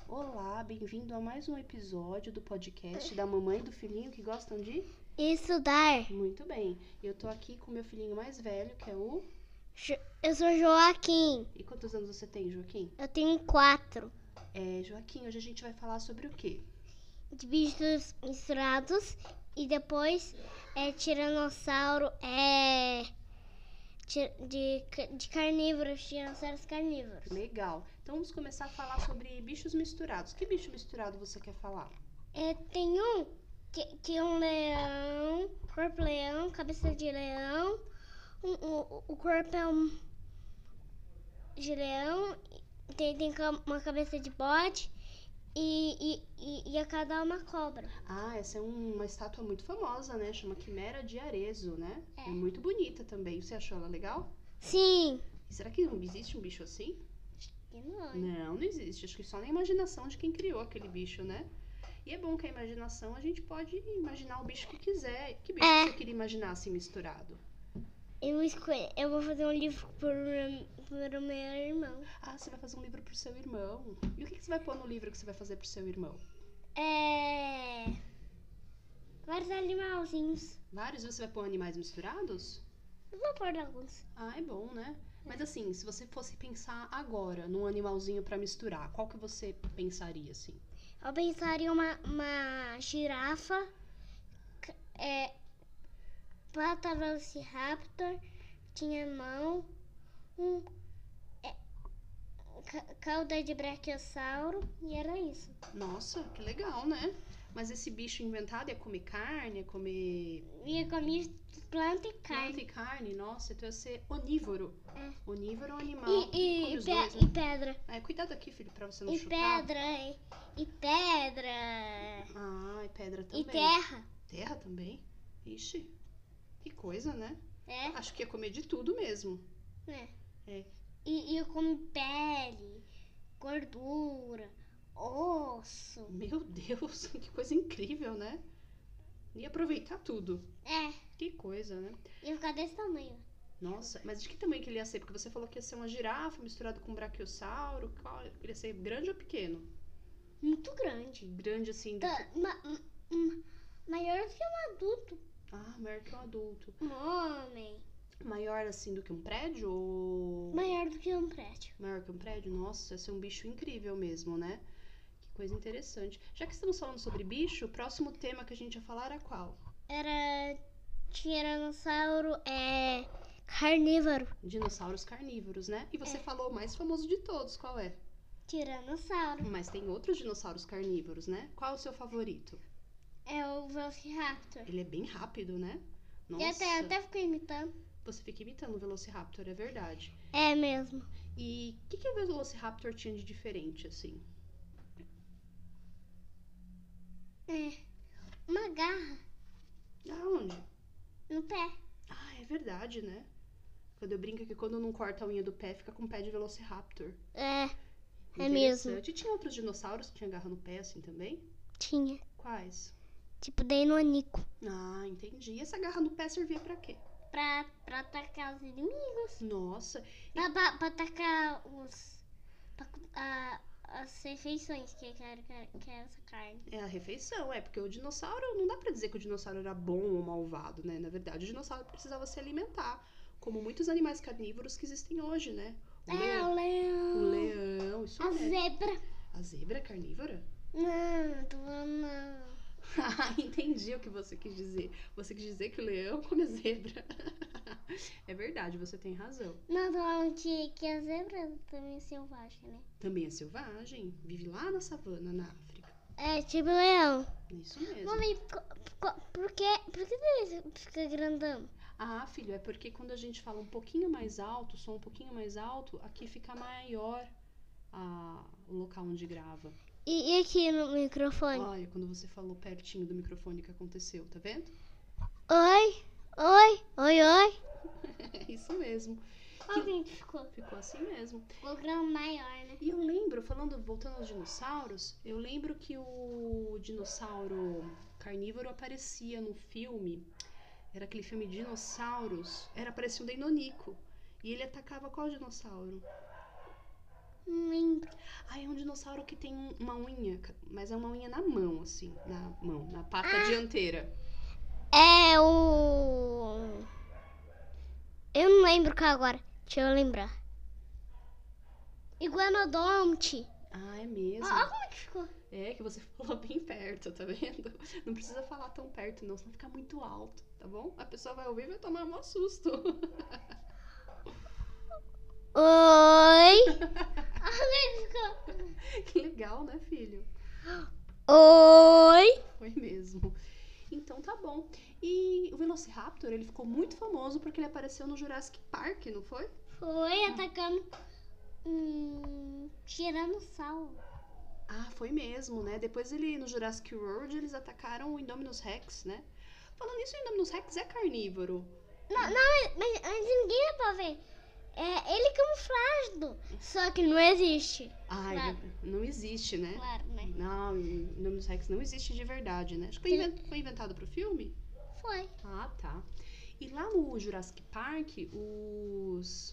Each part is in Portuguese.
Olá, bem-vindo a mais um episódio do podcast da mamãe e do filhinho que gostam de... Estudar. Muito bem, eu tô aqui com meu filhinho mais velho, que é o... Eu sou Joaquim. E quantos anos você tem, Joaquim? Eu tenho 4. Joaquim, hoje a gente vai falar sobre o quê? De bichos misturados. E depois tiranossauro de carnívoros, dinossauros carnívoros. Legal, então vamos começar a falar sobre bichos misturados. Que bicho misturado você quer falar? Tem um que é um leão, corpo leão, cabeça de leão. O corpo é um de leão, tem uma cabeça de bode e a cauda é uma cobra. Ah, essa é uma estátua muito famosa, né? Chama Quimera de Arezzo, né? É. É muito bonita também. Você achou ela legal? Sim. E será que não existe um bicho assim? Não. Não existe. Acho que só na imaginação de quem criou aquele bicho, né? E é bom que a imaginação a gente pode imaginar o bicho que quiser. Que bicho que você queria imaginar assim misturado? Eu vou fazer um livro pro meu irmão. Ah, você vai fazer um livro pro seu irmão. E o que você vai pôr no livro que você vai fazer pro seu irmão? Vários animalzinhos. Vários? Você vai pôr animais misturados? Eu vou pôr alguns. Ah, é bom, né? Mas assim, se você fosse pensar agora num animalzinho pra misturar, qual que você pensaria assim? Eu pensaria uma girafa, pata velociraptor, tinha mão, cauda de brachiosauro e era isso. Nossa, que legal, né? Mas esse bicho inventado ia comer carne, ia comer... Ia comer planta e carne. Planta e carne? Nossa, então ia ser onívoro. É. Onívoro é um animal. E Come os dois, né? pedra. Cuidado aqui, filho, pra você não E chutar. pedra. Ah, e pedra também. E terra. Terra também? Ixi, que coisa, né? É. Acho que ia comer de tudo mesmo. É. E eu como pele, gordura, osso. Meu Deus, que coisa incrível, né? Ia aproveitar tudo. É. Que coisa, né? Ia ficar desse tamanho. Nossa, mas de que tamanho que ele ia ser? Porque você falou que ia ser uma girafa misturado com um brachiosauro. Ele ia ser grande ou pequeno? Muito grande. Grande assim. Maior do que um adulto. Ah, maior que um adulto. Um homem. Maior assim do que um prédio ou... Maior do que um prédio. Maior que um prédio? Nossa, ia ser um bicho incrível mesmo, né? Que coisa interessante. Já que estamos falando sobre bicho, o próximo tema que a gente ia falar era qual? Era tiranossauro carnívoro. Dinossauros carnívoros, né? E você falou o mais famoso de todos, qual é? Tiranossauro. Mas tem outros dinossauros carnívoros, né? Qual é o seu favorito? É o Velociraptor. Ele é bem rápido, né? Nossa. E até fico imitando. Você fica imitando o Velociraptor, é verdade. É mesmo. E o que o Velociraptor tinha de diferente, assim? Uma garra. Aonde? No pé. Ah, é verdade, né? Quando eu brinco que quando não corta a unha do pé, fica com pé de Velociraptor. É mesmo. E tinha outros dinossauros que tinham garra no pé, assim, também? Tinha. Quais? Tipo Deinonychus. Ah, entendi. E essa garra no pé servia pra quê? Pra atacar os inimigos. Nossa. Pra atacar as refeições que é essa carne. É a refeição, porque o dinossauro, não dá pra dizer que o dinossauro era bom ou malvado, né? Na verdade, o dinossauro precisava se alimentar, como muitos animais carnívoros que existem hoje, né? O leão. O leão, isso A zebra. A zebra é carnívora? Não, tô falando não. Ah, entendi o que você quis dizer. Você quis dizer que o leão come zebra. É verdade, você tem razão. Não, tô falando que a zebra também é selvagem, né? Também é selvagem. Vive lá na savana, na África. É, tipo leão. Isso mesmo. Mãe, por que ele fica grandão? Ah, filho, é porque quando a gente fala um pouquinho mais alto, som um pouquinho mais alto, aqui fica maior o local onde grava. E aqui no microfone? Olha, quando você falou pertinho do microfone que aconteceu, tá vendo? Oi. É isso mesmo. Olha que ficou. Ficou assim mesmo. Ficou grande maior, né? E eu lembro, voltando aos dinossauros, eu lembro que o dinossauro carnívoro aparecia no filme. Era aquele filme Dinossauros. Parecia um Deinonychus. E ele atacava qual dinossauro? Não lembro. Ah, é um dinossauro que tem uma unha, mas é uma unha na mão, assim, na pata dianteira. É o... Eu não lembro qual agora. Deixa eu lembrar. Iguanodonte. Ah, é mesmo? Olha como é que ficou. É que você falou bem perto, tá vendo? Não precisa falar tão perto, não, senão fica muito alto, tá bom? A pessoa vai ouvir e vai tomar um susto. Oi. Olha ele ficou. Que legal, né, filho? Oi. Foi mesmo. Então tá bom. E o Velociraptor, ele ficou muito famoso porque ele apareceu no Jurassic Park, não foi? Foi atacando tiranossauro. Ah, foi mesmo, né? Depois no Jurassic World, eles atacaram o Indominus Rex, né? Falando nisso, o Indominus Rex é carnívoro. Não, mas ninguém dá pra ver. É ele camuflado. Só que não existe. Ah, Claro. não existe, né? Claro, né? Não, o Indominus Rex não existe de verdade, né? Acho que foi inventado pro filme. Foi. Ah, tá. E lá no Jurassic Park, os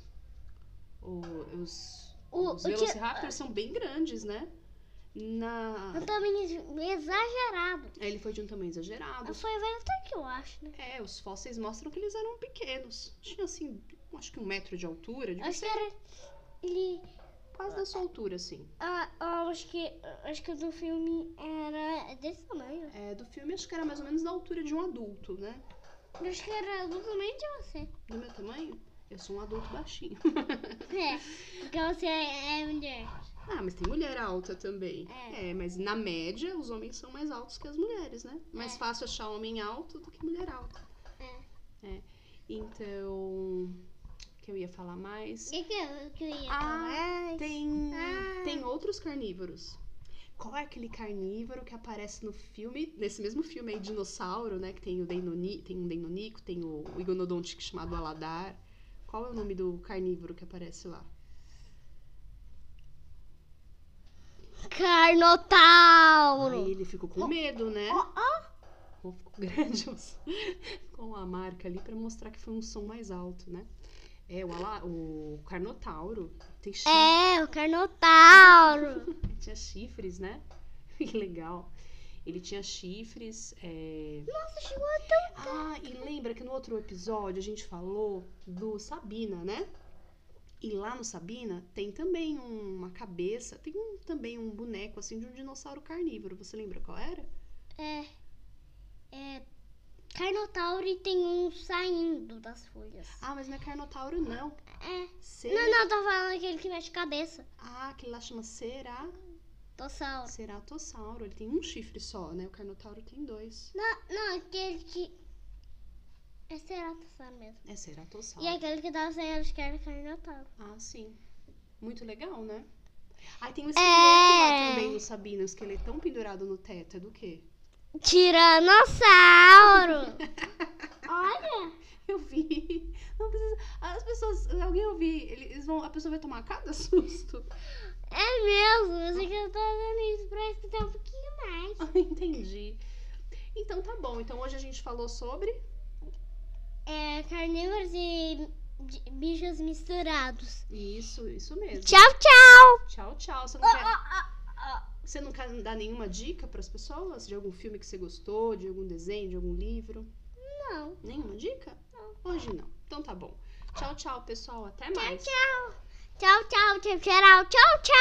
Velociraptors são bem grandes, né? Um tamanho exagerado. Ele foi de um tamanho exagerado. Foi até que eu acho, né? É, os fósseis mostram que eles eram pequenos. Tinha assim, acho que 1 metro de altura. Acho que era... Ele... Quase da sua altura, assim. Acho que o do filme era desse tamanho. É, do filme acho que era mais ou menos da altura de um adulto, né? Acho que era do tamanho de você. Do meu tamanho? Eu sou um adulto baixinho. É, porque você é mulher. Ah, mas tem mulher alta também. É. Mas na média, os homens são mais altos que as mulheres, né? Mais fácil achar homem alto do que mulher alta. É. Então, o que eu ia falar mais? O que eu ia falar? Tem outros carnívoros. Qual é aquele carnívoro que aparece no filme, nesse mesmo filme aí, Dinossauro, né? Que tem um Deinonychus, tem o Iguanodonte chamado Aladar. Qual é o nome do carnívoro que aparece lá? Carnotauro. Aí ele ficou com medo, né? Ficou grande, com uma marca ali pra mostrar que foi um som mais alto, né? O Carnotauro tem chifres. É, o Carnotauro. Tinha chifres, né? Que legal. Ele tinha chifres. Nossa, chegou tão... Ah, e lembra que no outro episódio a gente falou do Sabina, né? E lá no Sabina tem também uma cabeça, tem também um boneco assim de um dinossauro carnívoro. Você lembra qual era? Carnotauro e tem um saindo das folhas. Ah, mas não é Carnotauro, não. Não, tô falando aquele que mexe cabeça. Ah, aquele lá chama Tossauro. Ceratossauro. Ele tem um chifre só, né? O Carnotauro tem 2. Não, aquele que... É ceratossauro mesmo. É Ceratossauro. E aquele que tava sem acho que era Carnotauro. Ah, sim. Muito legal, né? Aí tem um esqueleto lá também no Sabina. Um esqueletão pendurado no teto. É do quê? Tiranossauro! Olha! Eu vi. Não precisa. As pessoas. Alguém ouvir, a pessoa vai tomar cada susto. É mesmo, eu sei que eu tô fazendo isso pra escutar um pouquinho mais. Entendi. Então tá bom. Então hoje a gente falou sobre carnívoros e bichos misturados. Isso mesmo. Tchau, tchau! Tchau, tchau. Você não quer dar nenhuma dica pras pessoas? De algum filme que você gostou, de algum desenho, de algum livro? Não. Nenhuma dica? Não. Hoje não. Então tá bom. Tchau, tchau, pessoal. Até mais. Tchau, tchau. Tchau, tchau, tchau, tchau, tchau.